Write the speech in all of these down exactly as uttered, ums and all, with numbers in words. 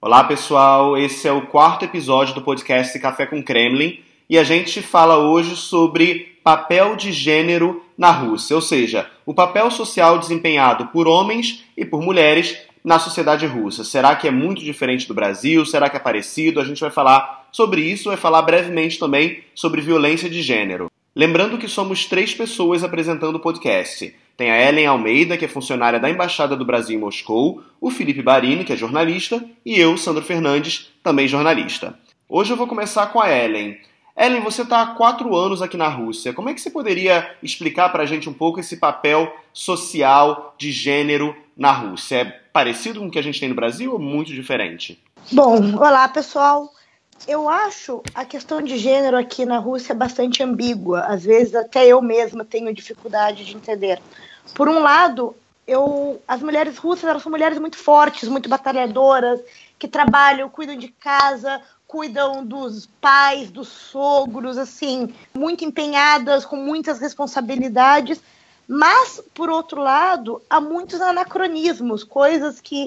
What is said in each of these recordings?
Olá pessoal, esse é o quarto episódio do podcast Café com Kremlin e a gente fala hoje sobre papel de gênero na Rússia, ou seja, o papel social desempenhado por homens e por mulheres na sociedade russa. Será que é muito diferente do Brasil? Será que é parecido? A gente vai falar sobre isso, vai falar brevemente também sobre violência de gênero. Lembrando que somos três pessoas apresentando o podcast. Tem a Ellen Almeida, que é funcionária da Embaixada do Brasil em Moscou, o Felipe Barini, que é jornalista, e eu, Sandro Fernandes, também jornalista. Hoje eu vou começar com a Ellen. Ellen, você está há quatro anos aqui na Rússia. Como é que você poderia explicar para a gente um pouco esse papel social de gênero na Rússia? É parecido com o que a gente tem no Brasil ou muito diferente? Bom, olá pessoal. Eu acho a questão de gênero aqui na Rússia bastante ambígua. Às vezes até eu mesma tenho dificuldade de entender. Por um lado, eu, as mulheres russas elas são mulheres muito fortes, muito batalhadoras, que trabalham, cuidam de casa, cuidam dos pais, dos sogros, assim, muito empenhadas, com muitas responsabilidades. Mas, por outro lado, há muitos anacronismos, coisas que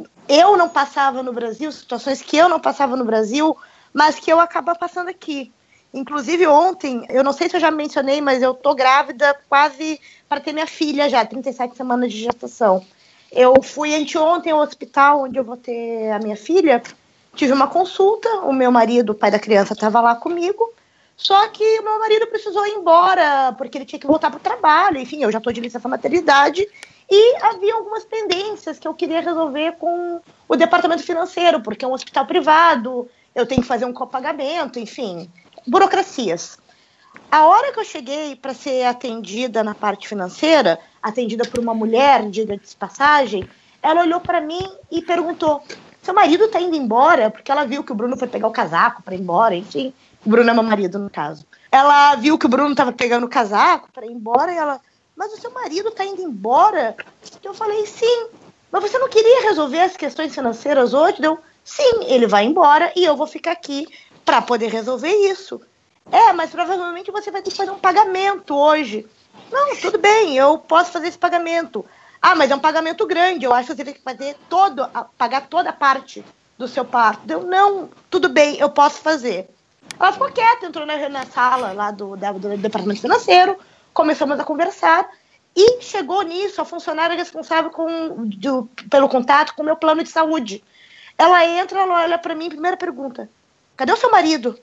eu não passava no Brasil, situações que eu não passava no Brasil, mas que eu acabo passando aqui. Inclusive ontem, eu não sei se eu já mencionei, mas eu tô grávida quase para ter minha filha já, trinta e sete semanas de gestação. Eu fui anteontem ao hospital onde eu vou ter a minha filha, tive uma consulta, o meu marido, o pai da criança, estava lá comigo, só que o meu marido precisou ir embora, porque ele tinha que voltar para o trabalho, enfim, eu já estou de licença maternidade, e havia algumas pendências que eu queria resolver com o departamento financeiro, porque é um hospital privado, eu tenho que fazer um copagamento, enfim, burocracias. A hora que eu cheguei para ser atendida na parte financeira, atendida por uma mulher, diga de passagem, ela olhou para mim e perguntou, seu marido está indo embora? Porque ela viu que o Bruno foi pegar o casaco para ir embora, enfim, o Bruno é meu marido no caso. Ela viu que o Bruno estava pegando o casaco para ir embora e ela, mas o seu marido está indo embora? Eu falei, sim, mas você não queria resolver as questões financeiras hoje? Deu, sim, ele vai embora e eu vou ficar aqui para poder resolver isso. É, mas provavelmente você vai ter que fazer um pagamento hoje. Não, tudo bem, eu posso fazer esse pagamento. Ah, mas é um pagamento grande, eu acho que você tem que fazer todo, pagar toda a parte do seu parto. Deu, não, tudo bem, eu posso fazer. Ela ficou quieta, entrou na, na sala lá do, da, do departamento financeiro, começamos a conversar e chegou nisso a funcionária responsável com, de, pelo contato com o meu plano de saúde. Ela entra, ela olha para mim, primeira pergunta, cadê o seu marido?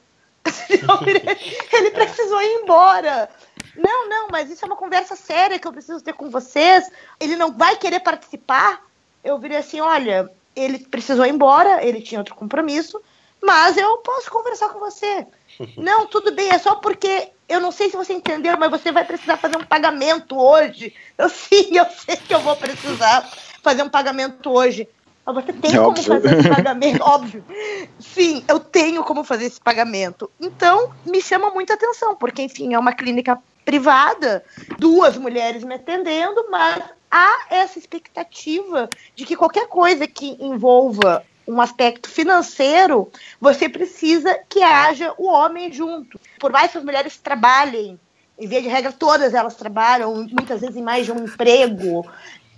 Ele precisou ir embora. Não, não, mas isso é uma conversa séria que eu preciso ter com vocês. Ele não vai querer participar? Eu virei assim, olha, ele precisou ir embora, ele tinha outro compromisso, mas eu posso conversar com você. Não, tudo bem, é só porque eu não sei se você entendeu, mas você vai precisar fazer um pagamento hoje. Eu sim, eu sei que eu vou precisar fazer um pagamento hoje. Mas você tem é como óbvio. fazer esse pagamento? Óbvio. Sim, eu tenho como fazer esse pagamento. Então, me chama muita atenção, porque, enfim, é uma clínica privada, duas mulheres me atendendo, mas há essa expectativa de que qualquer coisa que envolva um aspecto financeiro, você precisa que haja o homem junto. Por mais que as mulheres trabalhem, em via de regra, todas elas trabalham, muitas vezes em mais de um emprego,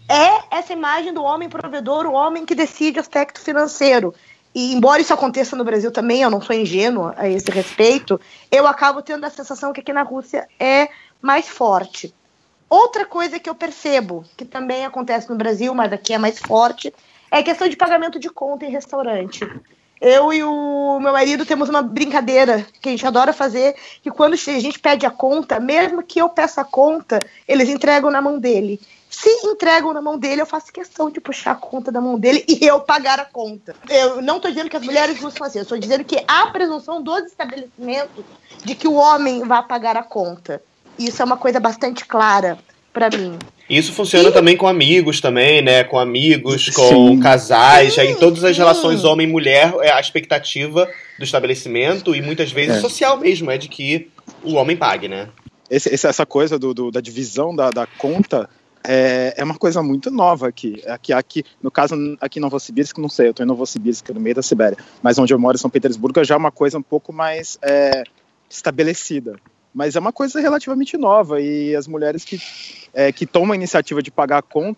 é essa imagem do homem provedor, o homem que decide o aspecto financeiro. E embora isso aconteça no Brasil também, eu não sou ingênua a esse respeito, eu acabo tendo a sensação que aqui na Rússia é mais forte. Outra coisa que eu percebo, que também acontece no Brasil, mas aqui é mais forte, é a questão de pagamento de conta em restaurante. Eu e o meu marido temos uma brincadeira que a gente adora fazer, que quando a gente pede a conta, mesmo que eu peça a conta, eles entregam na mão dele. Se entregam na mão dele, eu faço questão de puxar a conta da mão dele e eu pagar a conta. Eu não estou dizendo que as mulheres não são assim, eu estou dizendo que há a presunção dos estabelecimentos de que o homem vai pagar a conta. Isso é uma coisa bastante clara para mim. Isso funciona e... também com amigos também, né? Com amigos, com sim. casais, sim, em todas as sim. relações homem-mulher, a expectativa do estabelecimento e muitas vezes é. social mesmo, é de que o homem pague, né? Esse, essa coisa do, do, da divisão da, da conta é, é uma coisa muito nova aqui. Aqui, aqui no caso, aqui em Novosibirsk, não sei, eu estou em Novosibirsk, no meio da Sibéria, mas onde eu moro, em São Petersburgo, já é uma coisa um pouco mais é, estabelecida. Mas é uma coisa relativamente nova e as mulheres que, é, que tomam a iniciativa de pagar a conta,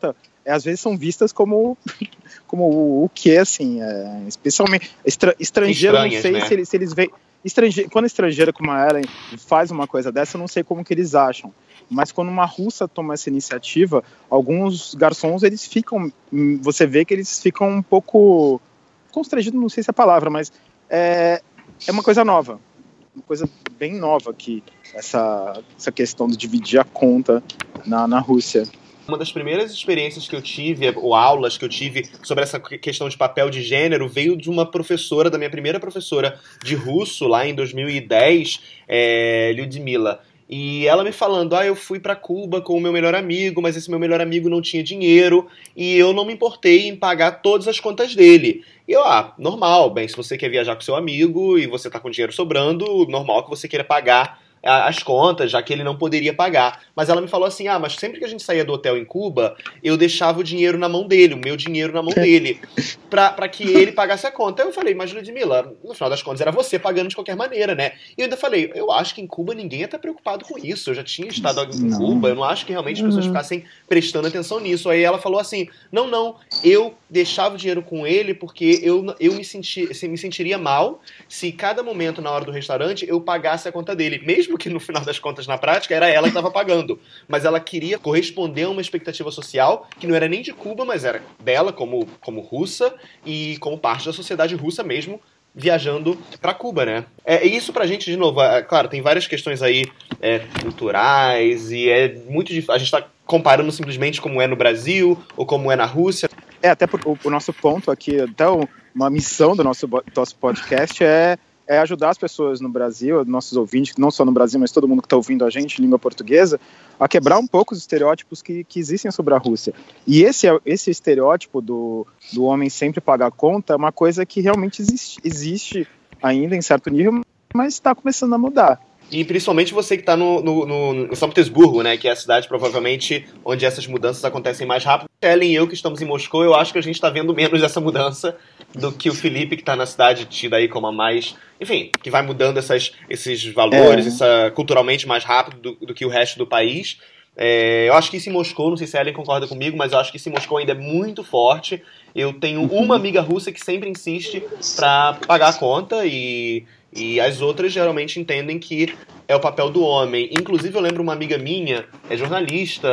é, às vezes são vistas como, como o, o que, assim, é, especialmente estra, estrangeiro, Estranhas, não sei né? se, eles, se eles veem, estrangeiro, quando estrangeiro como a Ellen faz uma coisa dessa, eu não sei como que eles acham, mas quando uma russa toma essa iniciativa, alguns garçons, eles ficam, você vê que eles ficam um pouco constrangidos, não sei se é a palavra, mas é, é uma coisa nova, uma coisa bem nova aqui, essa, essa questão de dividir a conta na, na Rússia. Uma das primeiras experiências que eu tive, ou aulas que eu tive sobre essa questão de papel de gênero, veio de uma professora, da minha primeira professora de russo, lá em dois mil e dez, é, Lyudmila. E ela me falando, ah, eu fui pra Cuba com o meu melhor amigo, mas esse meu melhor amigo não tinha dinheiro, e eu não me importei em pagar todas as contas dele. E eu, ah, normal, bem, se você quer viajar com seu amigo e você tá com dinheiro sobrando, normal que você queira pagar as contas, já que ele não poderia pagar. Mas ela me falou assim, ah, mas sempre que a gente saía do hotel em Cuba, eu deixava o dinheiro na mão dele, o meu dinheiro na mão dele, pra, pra que ele pagasse a conta. Aí eu falei, mas Lyudmila, no final das contas era você pagando de qualquer maneira, né? E eu ainda falei, eu acho que em Cuba ninguém ia estar preocupado com isso, eu já tinha estado em não. Cuba, eu não acho que realmente as pessoas uhum. ficassem prestando atenção nisso. Aí ela falou assim, não, não, eu deixava o dinheiro com ele porque eu, eu me, senti, me sentiria mal se cada momento na hora do restaurante eu pagasse a conta dele, mesmo que no final das contas, na prática, era ela que estava pagando. Mas ela queria corresponder a uma expectativa social que não era nem de Cuba, mas era dela como, como russa e como parte da sociedade russa mesmo, viajando para Cuba, né? É, isso pra gente, de novo, é, claro, tem várias questões aí é, culturais e é muito difícil. A gente tá comparando simplesmente como é no Brasil ou como é na Rússia. É, até por, o, o nosso ponto aqui, até uma missão do nosso, do nosso podcast é é ajudar as pessoas no Brasil, nossos ouvintes, não só no Brasil, mas todo mundo que está ouvindo a gente, língua portuguesa, a quebrar um pouco os estereótipos que, que existem sobre a Rússia. E esse, esse estereótipo do, do homem sempre pagar a conta é uma coisa que realmente existe, existe ainda em certo nível, mas está começando a mudar. E principalmente você que está no, no, no São Petersburgo, né, que é a cidade provavelmente onde essas mudanças acontecem mais rápido. Ellen e eu que estamos em Moscou, eu acho que a gente está vendo menos dessa mudança do que o Felipe que está na cidade tida aí como a mais... Enfim, que vai mudando essas, esses valores, é. essa, culturalmente mais rápido do, do que o resto do país. É, eu acho que isso em Moscou, não sei se a Ellen concorda comigo, mas eu acho que isso em Moscou ainda é muito forte. Eu tenho uma amiga russa que sempre insiste para pagar a conta e... E as outras geralmente entendem que é o papel do homem. Inclusive, eu lembro uma amiga minha, é jornalista,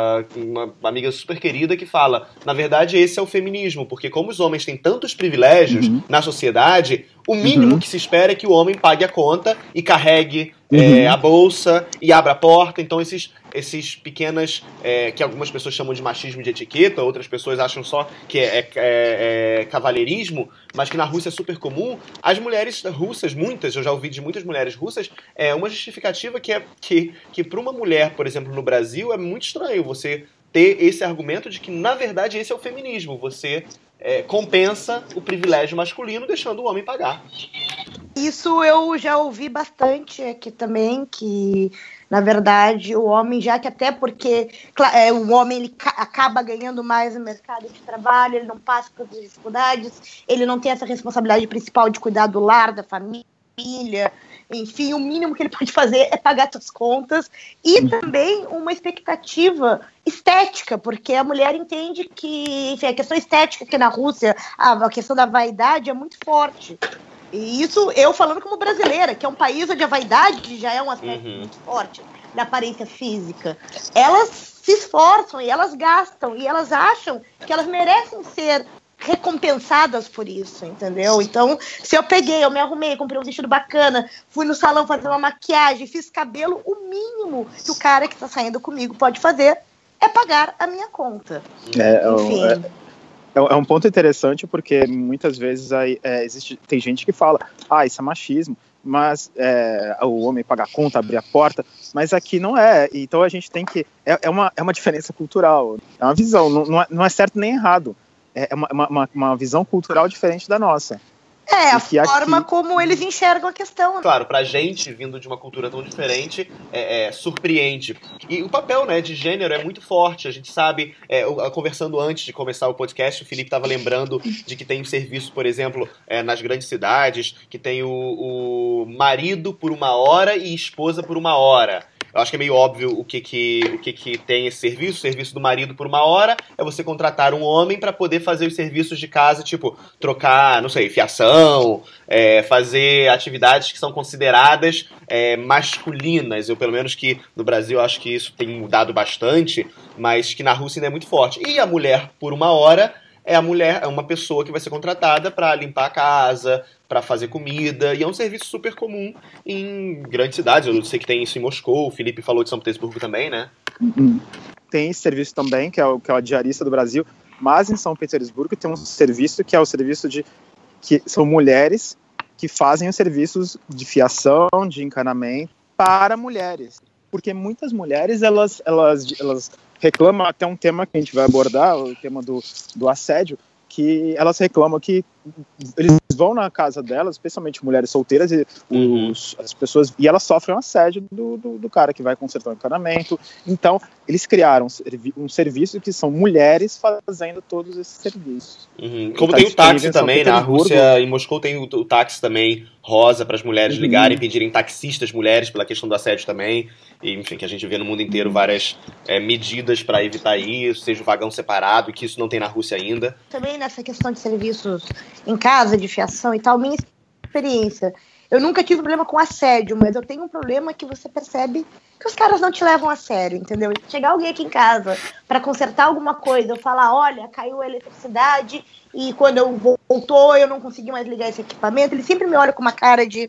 uma amiga super querida, que fala, na verdade, esse é o feminismo, porque como os homens têm tantos privilégios uhum. na sociedade, o mínimo uhum. que se espera é que o homem pague a conta e carregue uhum. é, a bolsa e abra a porta. Então, esses, esses pequenas, é, que algumas pessoas chamam de machismo de etiqueta, outras pessoas acham só que é, é, é, é cavalheirismo, mas que na Rússia é super comum. As mulheres russas, muitas, eu já ouvi de muitas mulheres russas, é uma justificativa que, é, que, que para uma mulher, por exemplo, no Brasil, é muito estranho você ter esse argumento de que, na verdade, esse é o feminismo. Você é, compensa o privilégio masculino deixando o homem pagar. Isso eu já ouvi bastante aqui também, que, na verdade, o homem, já que até porque é, o homem ele ca- acaba ganhando mais no mercado de trabalho, ele não passa por dificuldades, ele não tem essa responsabilidade principal de cuidar do lar, da família, enfim, o mínimo que ele pode fazer é pagar suas contas e também uma expectativa estética, porque a mulher entende que, enfim, a questão estética aqui na Rússia, a, a questão da vaidade é muito forte. E isso eu falando como brasileira, que é um país onde a vaidade já é um aspecto uhum. muito forte da aparência física. Elas se esforçam e elas gastam e elas acham que elas merecem ser recompensadas por isso, entendeu? Então, se eu peguei, eu me arrumei, comprei um vestido bacana, fui no salão fazer uma maquiagem, fiz cabelo, o mínimo que o cara que tá saindo comigo pode fazer é pagar a minha conta. É, Enfim. É, é um ponto interessante porque muitas vezes aí, é, existe, tem gente que fala, ah, isso é machismo, mas é, o homem paga a conta, abrir a porta, mas aqui não é, então a gente tem que, é, é, uma, é uma diferença cultural, é uma visão, não, não, é, não é certo nem errado. É uma, uma, uma visão cultural diferente da nossa. É, a forma aqui... como eles enxergam a questão. Claro, pra gente, vindo de uma cultura tão diferente, é, é, surpreende. E o papel, né, de gênero é muito forte. A gente sabe, é, eu, conversando antes de começar o podcast, o Felipe estava lembrando de que tem um serviço, por exemplo, é, nas grandes cidades, que tem o, o marido por uma hora e esposa por uma hora. eu acho que é meio óbvio o que que, o que, que tem esse serviço. O serviço do marido por uma hora é você contratar um homem para poder fazer os serviços de casa, tipo, trocar, não sei, fiação, é, fazer atividades que são consideradas é, masculinas. Eu, pelo menos que no Brasil, acho que isso tem mudado bastante, mas que na Rússia ainda é muito forte. E a mulher por uma hora é a mulher, é uma pessoa que vai ser contratada para limpar a casa, para fazer comida, e é um serviço super comum em grandes cidades. Eu sei que tem isso em Moscou, o Felipe falou de São Petersburgo também, né? Tem esse serviço também, que é o, que é o diarista do Brasil, mas em São Petersburgo tem um serviço que é o serviço de... que são mulheres que fazem os serviços de fiação, de encanamento para mulheres. Porque muitas mulheres, elas, elas, elas reclamam, até um tema que a gente vai abordar, o tema do, do assédio, que elas reclamam que eles vão na casa delas, especialmente mulheres solteiras, e, uhum. os, as pessoas, e elas sofrem um assédio do, do, do cara que vai consertar o encanamento. Então, eles criaram um, um serviço que são mulheres fazendo todos esses serviços. Uhum. Como tá tem o táxi também, na Rússia, em Moscou tem o, o táxi também rosa para as mulheres uhum. ligarem e pedirem taxistas mulheres pela questão do assédio também. E, enfim, que a gente vê no mundo inteiro várias é, medidas para evitar isso, seja o vagão separado, e que isso não tem na Rússia ainda. Também nessa questão de serviços em casa, de fiação e tal, minha experiência, eu nunca tive problema com assédio, mas eu tenho um problema que você percebe que os caras não te levam a sério, entendeu? Chegar alguém aqui em casa para consertar alguma coisa, eu falar, olha, caiu a eletricidade e quando eu voltou eu não consegui mais ligar esse equipamento, ele sempre me olha com uma cara de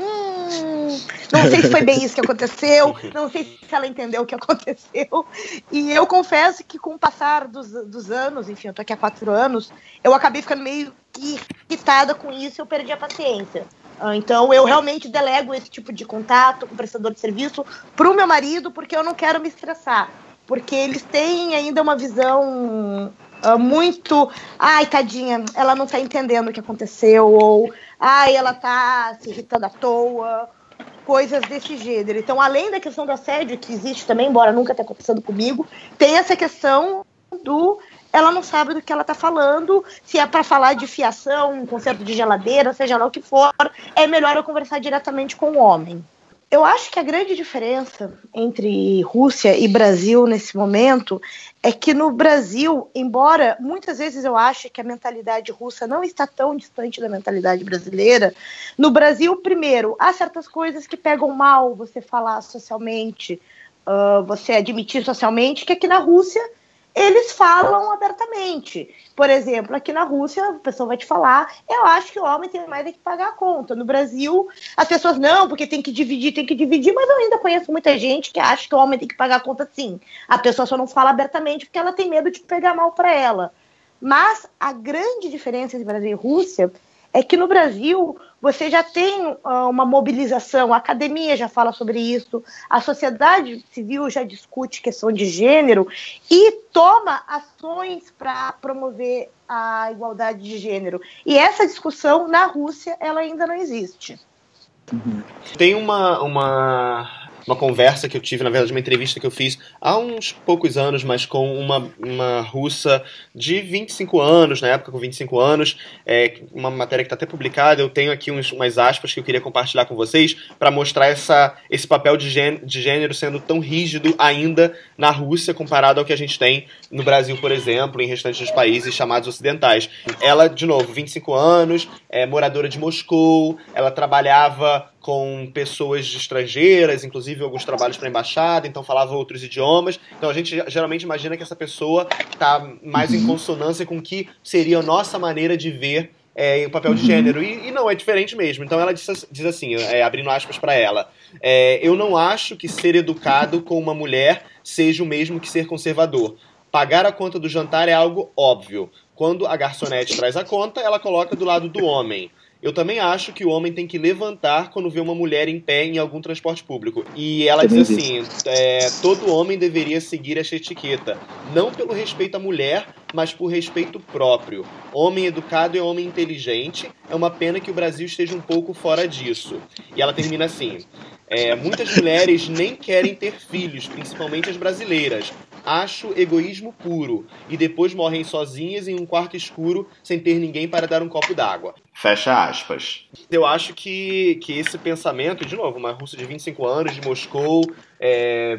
hum, não sei se foi bem isso que aconteceu, não sei se ela entendeu o que aconteceu. E eu confesso que com o passar dos, dos anos, enfim, eu tô aqui há quatro anos, eu acabei ficando meio irritada com isso e eu perdi a paciência. Então eu realmente delego esse tipo de contato com o prestador de serviço pro meu marido, porque eu não quero me estressar. Porque eles têm ainda uma visão uh, muito... Ai, tadinha, ela não tá entendendo o que aconteceu, ou ai, ela tá se irritando à toa, coisas desse gênero. Então, além da questão do assédio, que existe também, embora nunca tenha acontecido comigo, tem essa questão do... Ela não sabe do que ela está falando, se é para falar de fiação, um conserto de geladeira, seja lá o que for, é melhor eu conversar diretamente com o homem. Eu acho que a grande diferença entre Rússia e Brasil nesse momento é que no Brasil, embora muitas vezes eu ache que a mentalidade russa não está tão distante da mentalidade brasileira, no Brasil, primeiro, há certas coisas que pegam mal você falar socialmente, uh, você admitir socialmente, que aqui na Rússia eles falam abertamente. Por exemplo, aqui na Rússia, a pessoa vai te falar, eu acho que o homem tem mais é que pagar a conta. No Brasil, as pessoas, não, porque tem que dividir, tem que dividir, mas eu ainda conheço muita gente que acha que o homem tem que pagar a conta sim. A pessoa só não fala abertamente porque ela tem medo de pegar mal para ela. Mas a grande diferença entre Brasil e Rússia é que no Brasil você já tem uh, uma mobilização, a academia já fala sobre isso, a sociedade civil já discute questão de gênero e toma ações para promover a igualdade de gênero. E essa discussão na Rússia ela ainda não existe. Uhum. Tem uma... uma... uma conversa que eu tive, na verdade, uma entrevista que eu fiz há uns poucos anos, mas com uma, uma russa de vinte e cinco anos, na época com vinte e cinco anos, é, uma matéria que está até publicada. Eu tenho aqui uns, umas aspas que eu queria compartilhar com vocês para mostrar essa, esse papel de gênero, de gênero sendo tão rígido ainda na Rússia comparado ao que a gente tem no Brasil, por exemplo, em restantes dos países chamados ocidentais. Ela, de novo, vinte e cinco anos, é moradora de Moscou, ela trabalhava com pessoas estrangeiras, inclusive alguns trabalhos para a embaixada, então falava outros idiomas. Então a gente geralmente imagina que essa pessoa está mais uhum. em consonância com o que seria a nossa maneira de ver é, o papel uhum. de gênero. E, e não, é diferente mesmo. Então ela diz, diz assim, é, abrindo aspas para ela, é, eu não acho que ser educado com uma mulher seja o mesmo que ser conservador. Pagar a conta do jantar é algo óbvio. Quando a garçonete traz a conta, ela coloca do lado do homem. Eu também acho que o homem tem que levantar quando vê uma mulher em pé em algum transporte público. E ela diz assim, é, todo homem deveria seguir essa etiqueta. Não pelo respeito à mulher, mas por respeito próprio. Homem educado é homem inteligente. É uma pena que o Brasil esteja um pouco fora disso. E ela termina assim, é, muitas mulheres nem querem ter filhos, principalmente as brasileiras. Acho egoísmo puro. E depois morrem sozinhas em um quarto escuro sem ter ninguém para dar um copo d'água. Fecha aspas. Eu acho que, que esse pensamento, de novo, uma russa de vinte e cinco anos, de Moscou, é,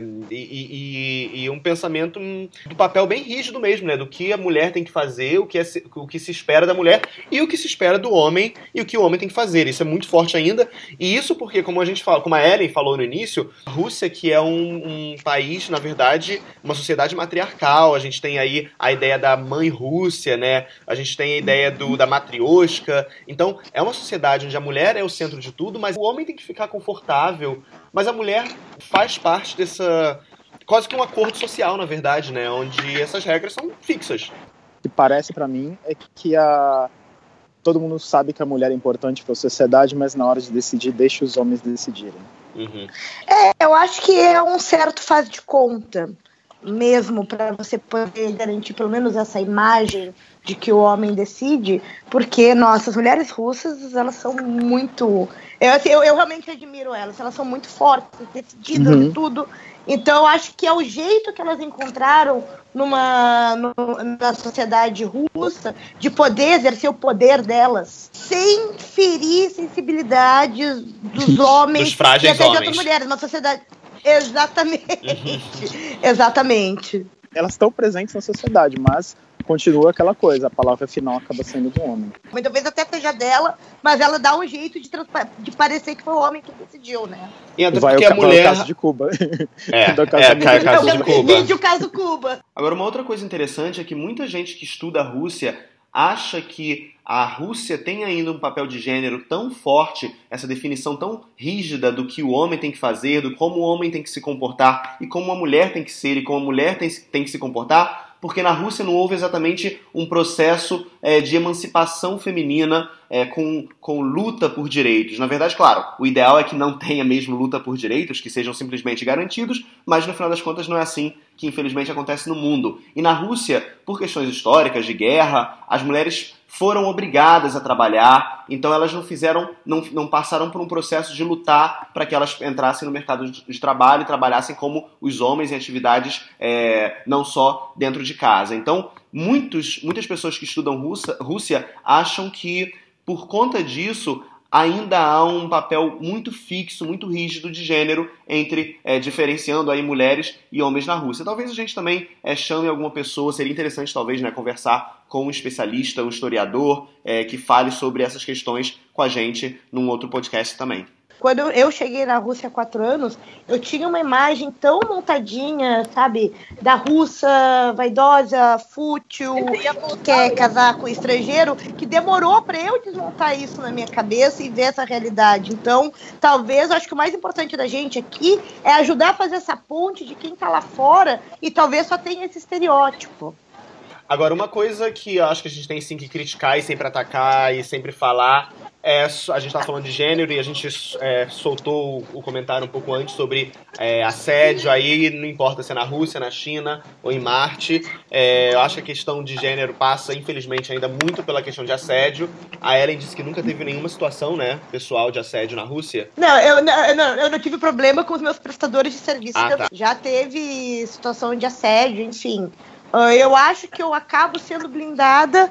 e, e, e um pensamento do papel bem rígido mesmo, né? Do que a mulher tem que fazer, o que, é, o que se espera da mulher e o que se espera do homem e o que o homem tem que fazer. Isso é muito forte ainda. E isso porque, como a gente fala, como a Ellen falou no início, a Rússia, que é um, um país, na verdade, uma sociedade matriarcal. A gente tem aí a ideia da mãe Rússia, né? A gente tem a ideia do, da matrioshka. Então, é uma sociedade onde a mulher é o centro de tudo, mas o homem tem que ficar confortável. Mas a mulher faz parte dessa... quase que um acordo social, na verdade, né? Onde essas regras são fixas. O que parece pra mim é que a... todo mundo sabe que a mulher é importante para a sociedade, mas na hora de decidir, deixa os homens decidirem. Uhum. É, eu acho que é um certo faz de conta mesmo para você poder garantir pelo menos essa imagem de que o homem decide, porque, nossa, as mulheres russas, elas são muito... Eu, eu, eu realmente admiro elas, elas são muito fortes, decididas Uhum. de tudo. Então, eu acho que é o jeito que elas encontraram numa, numa sociedade russa de poder exercer o poder delas sem ferir sensibilidades dos homens Dos frágeis e até homens. de outras mulheres. Uma sociedade... Exatamente. Uhum. Exatamente. Elas estão presentes na sociedade, mas continua aquela coisa, a palavra final acaba sendo do homem. Talvez até seja dela, mas ela dá um jeito de, transpa- de parecer que foi o homem que decidiu, né? E até Vai porque o, a mulher... o caso de Cuba. É, Do caso é, de ca- caso de Então, Cuba. Vídeo caso Cuba. Agora, uma outra coisa interessante é que muita gente que estuda a Rússia acha que a Rússia tem ainda um papel de gênero tão forte, essa definição tão rígida do que o homem tem que fazer, do como o homem tem que se comportar e como a mulher tem que ser e como a mulher tem, tem que se comportar, porque na Rússia não houve exatamente um processo é, de emancipação feminina é, com, com luta por direitos. Na verdade, claro, o ideal é que não tenha mesmo luta por direitos, que sejam simplesmente garantidos, mas no final das contas não é assim que infelizmente acontece no mundo. E na Rússia, por questões históricas, de guerra, as mulheres foram obrigadas a trabalhar, então elas não fizeram, não, não passaram por um processo de lutar para que elas entrassem no mercado de, de trabalho e trabalhassem como os homens em atividades é, não só dentro de casa. Então, muitos, muitas pessoas que estudam Rússia, Rússia acham que, por conta disso, ainda há um papel muito fixo, muito rígido de gênero entre, é, diferenciando aí mulheres e homens na Rússia. Talvez a gente também é, chame alguma pessoa, seria interessante talvez, né, conversar com um especialista, um historiador, é, que fale sobre essas questões com a gente num outro podcast também. Quando eu cheguei na Rússia há quatro anos, eu tinha uma imagem tão montadinha, sabe? Da russa vaidosa, fútil, que quer casar com estrangeiro, que demorou para eu desmontar isso na minha cabeça e ver essa realidade. Então, talvez, eu acho que o mais importante da gente aqui é ajudar a fazer essa ponte de quem tá lá fora e talvez só tenha esse estereótipo. Agora, uma coisa que eu acho que a gente tem sim que criticar e sempre atacar e sempre falar é, a gente tá falando de gênero e a gente é, soltou o comentário um pouco antes sobre é, assédio, aí não importa se é na Rússia, na China ou em Marte. É, eu acho que a questão de gênero passa, infelizmente, ainda muito pela questão de assédio. A Ellen disse que nunca teve nenhuma situação, né, pessoal de assédio na Rússia. Não, eu não, não, eu não tive problema com os meus prestadores de serviço. Ah, tá. Já teve situação de assédio, enfim. Eu acho que eu acabo sendo blindada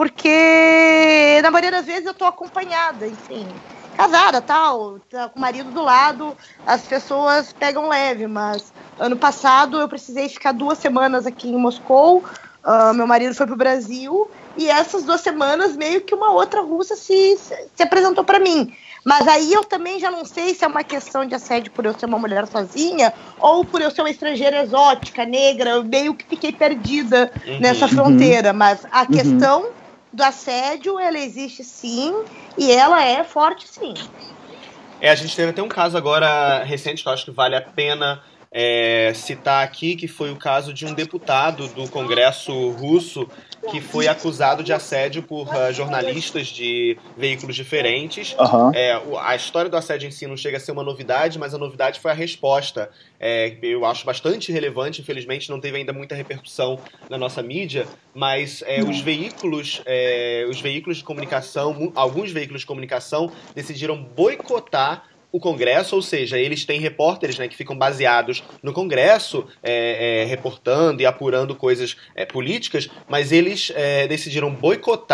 porque, na maioria das vezes, eu tô acompanhada, enfim. Casada, tal, tá com o marido do lado, as pessoas pegam leve, mas ano passado eu precisei ficar duas semanas aqui em Moscou, uh, meu marido foi pro Brasil, e essas duas semanas meio que uma outra russa se, se apresentou para mim. Mas aí eu também já não sei se é uma questão de assédio por eu ser uma mulher sozinha ou por eu ser uma estrangeira exótica, negra. Eu meio que fiquei perdida uhum. nessa fronteira. Mas a uhum. questão do assédio, ela existe sim e ela é forte sim. É, a gente teve até um caso agora recente que eu acho que vale a pena é, citar aqui, que foi o caso de um deputado do Congresso russo que foi acusado de assédio por uh, jornalistas de veículos diferentes. Uhum. É, a história do assédio em si não chega a ser uma novidade, mas a novidade foi a resposta. É, eu acho bastante relevante, infelizmente não teve ainda muita repercussão na nossa mídia, mas é, os veículos, é, os veículos de comunicação, alguns veículos de comunicação decidiram boicotar o Congresso, ou seja, eles têm repórteres, né, que ficam baseados no Congresso, é, é, reportando e apurando coisas é, políticas, mas eles é, decidiram boicotar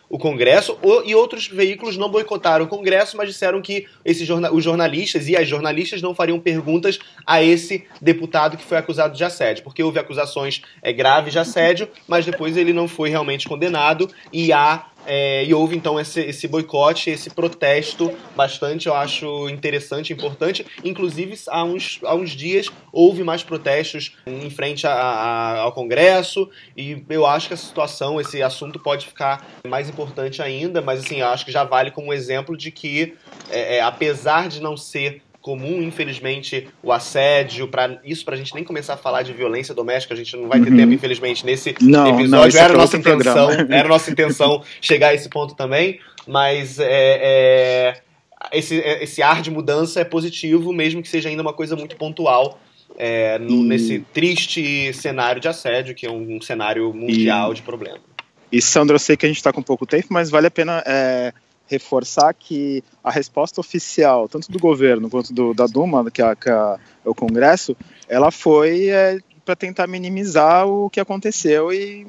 o Congresso, e outros veículos não boicotaram o Congresso, mas disseram que esses jorna- os jornalistas e as jornalistas não fariam perguntas a esse deputado que foi acusado de assédio, porque houve acusações é, graves de assédio, mas depois ele não foi realmente condenado, e há É, e houve então esse, esse boicote, esse protesto bastante, eu acho, interessante, importante. Inclusive, há uns, há uns dias houve mais protestos em frente a, a, ao Congresso, e eu acho que essa situação, esse assunto pode ficar mais importante ainda, mas assim, eu acho que já vale como exemplo de que, é, é, apesar de não ser comum, infelizmente, o assédio, pra, isso pra gente nem começar a falar de violência doméstica, a gente não vai ter uhum. tempo, infelizmente, nesse não, episódio, não, era, nossa intenção, era nossa intenção chegar a esse ponto também, mas é, é, esse, esse ar de mudança é positivo, mesmo que seja ainda uma coisa muito pontual, é, no, e... nesse triste cenário de assédio, que é um, um cenário mundial e... de problema. E, Sandro, eu sei que a gente tá com pouco tempo, mas vale a pena... É... reforçar que a resposta oficial, tanto do governo quanto do, da Duma, que é, que é o Congresso, ela foi é, para tentar minimizar o que aconteceu e,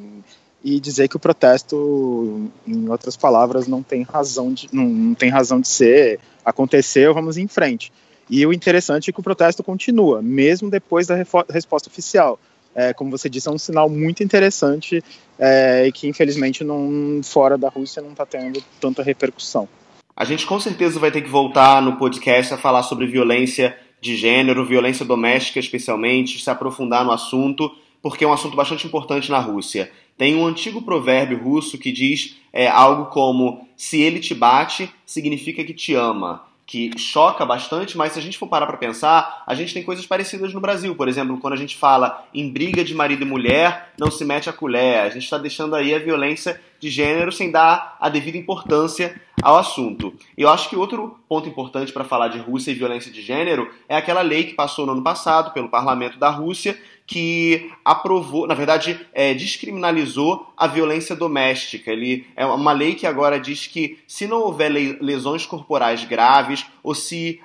e dizer que o protesto, em outras palavras, não tem razão de, não, não tem razão de ser, aconteceu, vamos em frente. E o interessante é que o protesto continua, mesmo depois da refo- resposta oficial. É, como você disse, é um sinal muito interessante é, e que, infelizmente, não, fora da Rússia não está tendo tanta repercussão. A gente com certeza vai ter que voltar no podcast a falar sobre violência de gênero, violência doméstica especialmente, se aprofundar no assunto, porque é um assunto bastante importante na Rússia. Tem um antigo provérbio russo que diz é, algo como: se ele te bate, significa que te ama. Que choca bastante, mas se a gente for parar para pensar, a gente tem coisas parecidas no Brasil. Por exemplo, quando a gente fala em briga de marido e mulher, não se mete a colher. A gente está deixando aí a violência de gênero sem dar a devida importância ao assunto. E eu acho que outro ponto importante para falar de Rússia e violência de gênero é aquela lei que passou no ano passado pelo parlamento da Rússia, que aprovou, na verdade, é, descriminalizou a violência doméstica. Ele é uma lei que agora diz que se não houver lesões corporais graves ou se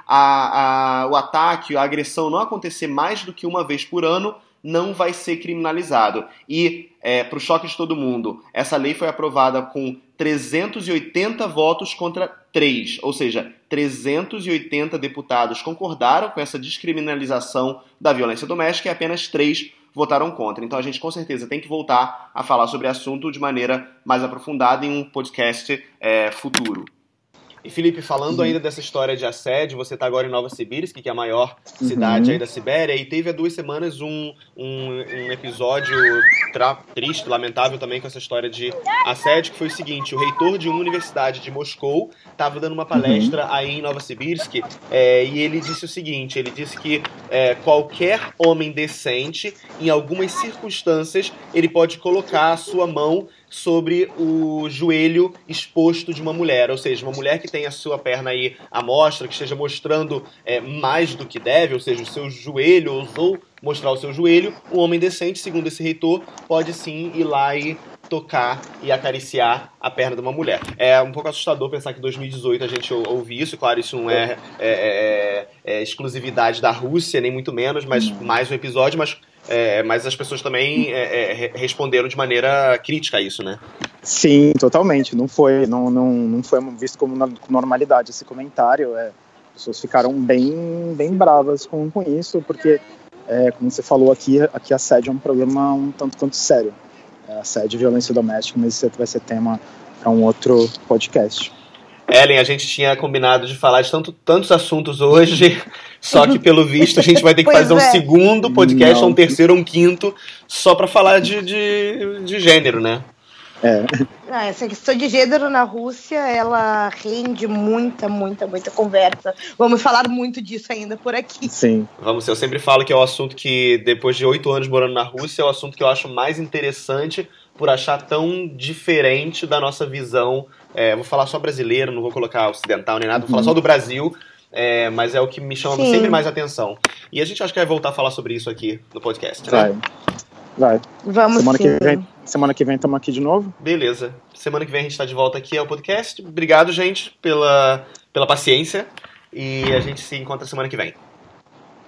a, a, o ataque, a agressão não acontecer mais do que uma vez por ano, não vai ser criminalizado. E, é, para o choque de todo mundo, essa lei foi aprovada com trezentos e oitenta votos contra três, ou seja, trezentos e oitenta deputados concordaram com essa descriminalização da violência doméstica e apenas três votaram contra. Então a gente com certeza tem que voltar a falar sobre o assunto de maneira mais aprofundada em um podcast é, futuro. E Felipe, falando ainda dessa história de assédio, você está agora em Novosibirsk, que é a maior cidade uhum. aí da Sibéria, e teve há duas semanas um, um, um episódio tra- triste, lamentável também com essa história de assédio, que foi o seguinte: o reitor de uma universidade de Moscou estava dando uma palestra uhum. aí em Novosibirsk, é, e ele disse o seguinte, ele disse que é, qualquer homem decente, em algumas circunstâncias, ele pode colocar a sua mão sobre o joelho exposto de uma mulher, ou seja, uma mulher que tem a sua perna aí à mostra, que esteja mostrando é, mais do que deve, ou seja, o seu joelho, ousou mostrar o seu joelho, um homem decente, segundo esse reitor, pode sim ir lá e tocar e acariciar a perna de uma mulher. É um pouco assustador pensar que em dois mil e dezoito a gente ouve isso, claro, isso não é, é, é, é exclusividade da Rússia, nem muito menos, mas mais um episódio, mas É, mas as pessoas também é, é, responderam de maneira crítica a isso, né? Sim, totalmente. Não foi, não, não, não foi visto como normalidade esse comentário. É, as pessoas ficaram bem, bem bravas com, com isso, porque, é, como você falou aqui, aqui assédio é um problema um tanto quanto sério. É, assédio e violência doméstica, mas isso vai ser tema para um outro podcast. Ellen, a gente tinha combinado de falar de tanto, tantos assuntos hoje, só que pelo visto a gente vai ter que fazer um é. segundo podcast, Não. um terceiro, um quinto, só para falar de, de, de gênero, né? É. Ah, essa questão de gênero na Rússia, ela rende muita, muita, muita conversa. Vamos falar muito disso ainda por aqui. Sim. Vamos, eu sempre falo que é o assunto que, depois de oito anos morando na Rússia, é o assunto que eu acho mais interessante por achar tão diferente da nossa visão. É, vou falar só brasileiro, não vou colocar ocidental nem nada, vou falar só do Brasil, é, mas é o que me chama Sim. sempre mais atenção. E a gente acha que vai voltar a falar sobre isso aqui no podcast, né? Vai. Vai. Vamos semana sim. Que vem, semana que vem estamos aqui de novo. Beleza. Semana que vem a gente está de volta aqui ao podcast. Obrigado, gente, pela, pela paciência. E a gente se encontra semana que vem.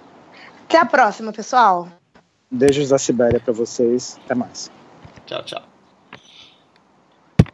Até a próxima, pessoal. Beijos da Sibéria para vocês. Até mais. Tchau, tchau.